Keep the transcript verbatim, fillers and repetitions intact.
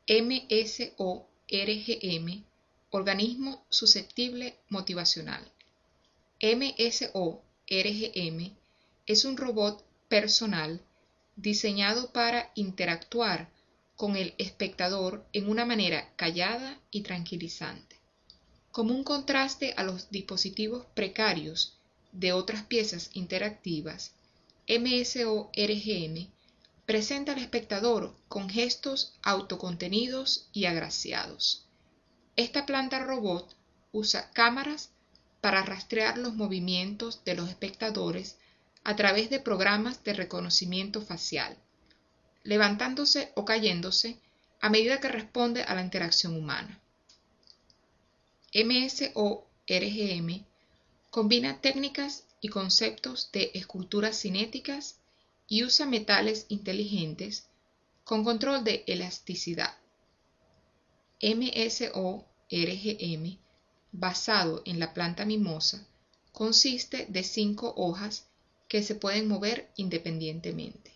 M S O R G M, Organismo Susceptible Motivacional. M S O R G M es un robot personal diseñado para interactuar con el espectador en una manera callada y tranquilizante. Como un contraste a los dispositivos precarios de otras piezas interactivas, M S O R G M presenta al espectador con gestos autocontenidos y agraciados. Esta planta robot usa cámaras para rastrear los movimientos de los espectadores a través de programas de reconocimiento facial, levantándose o cayéndose a medida que responde a la interacción humana. M S O R G M combina técnicas y conceptos de esculturas cinéticas y usa metales inteligentes con control de elasticidad. M S O R G M, basado en la planta mimosa, consiste de cinco hojas que se pueden mover independientemente.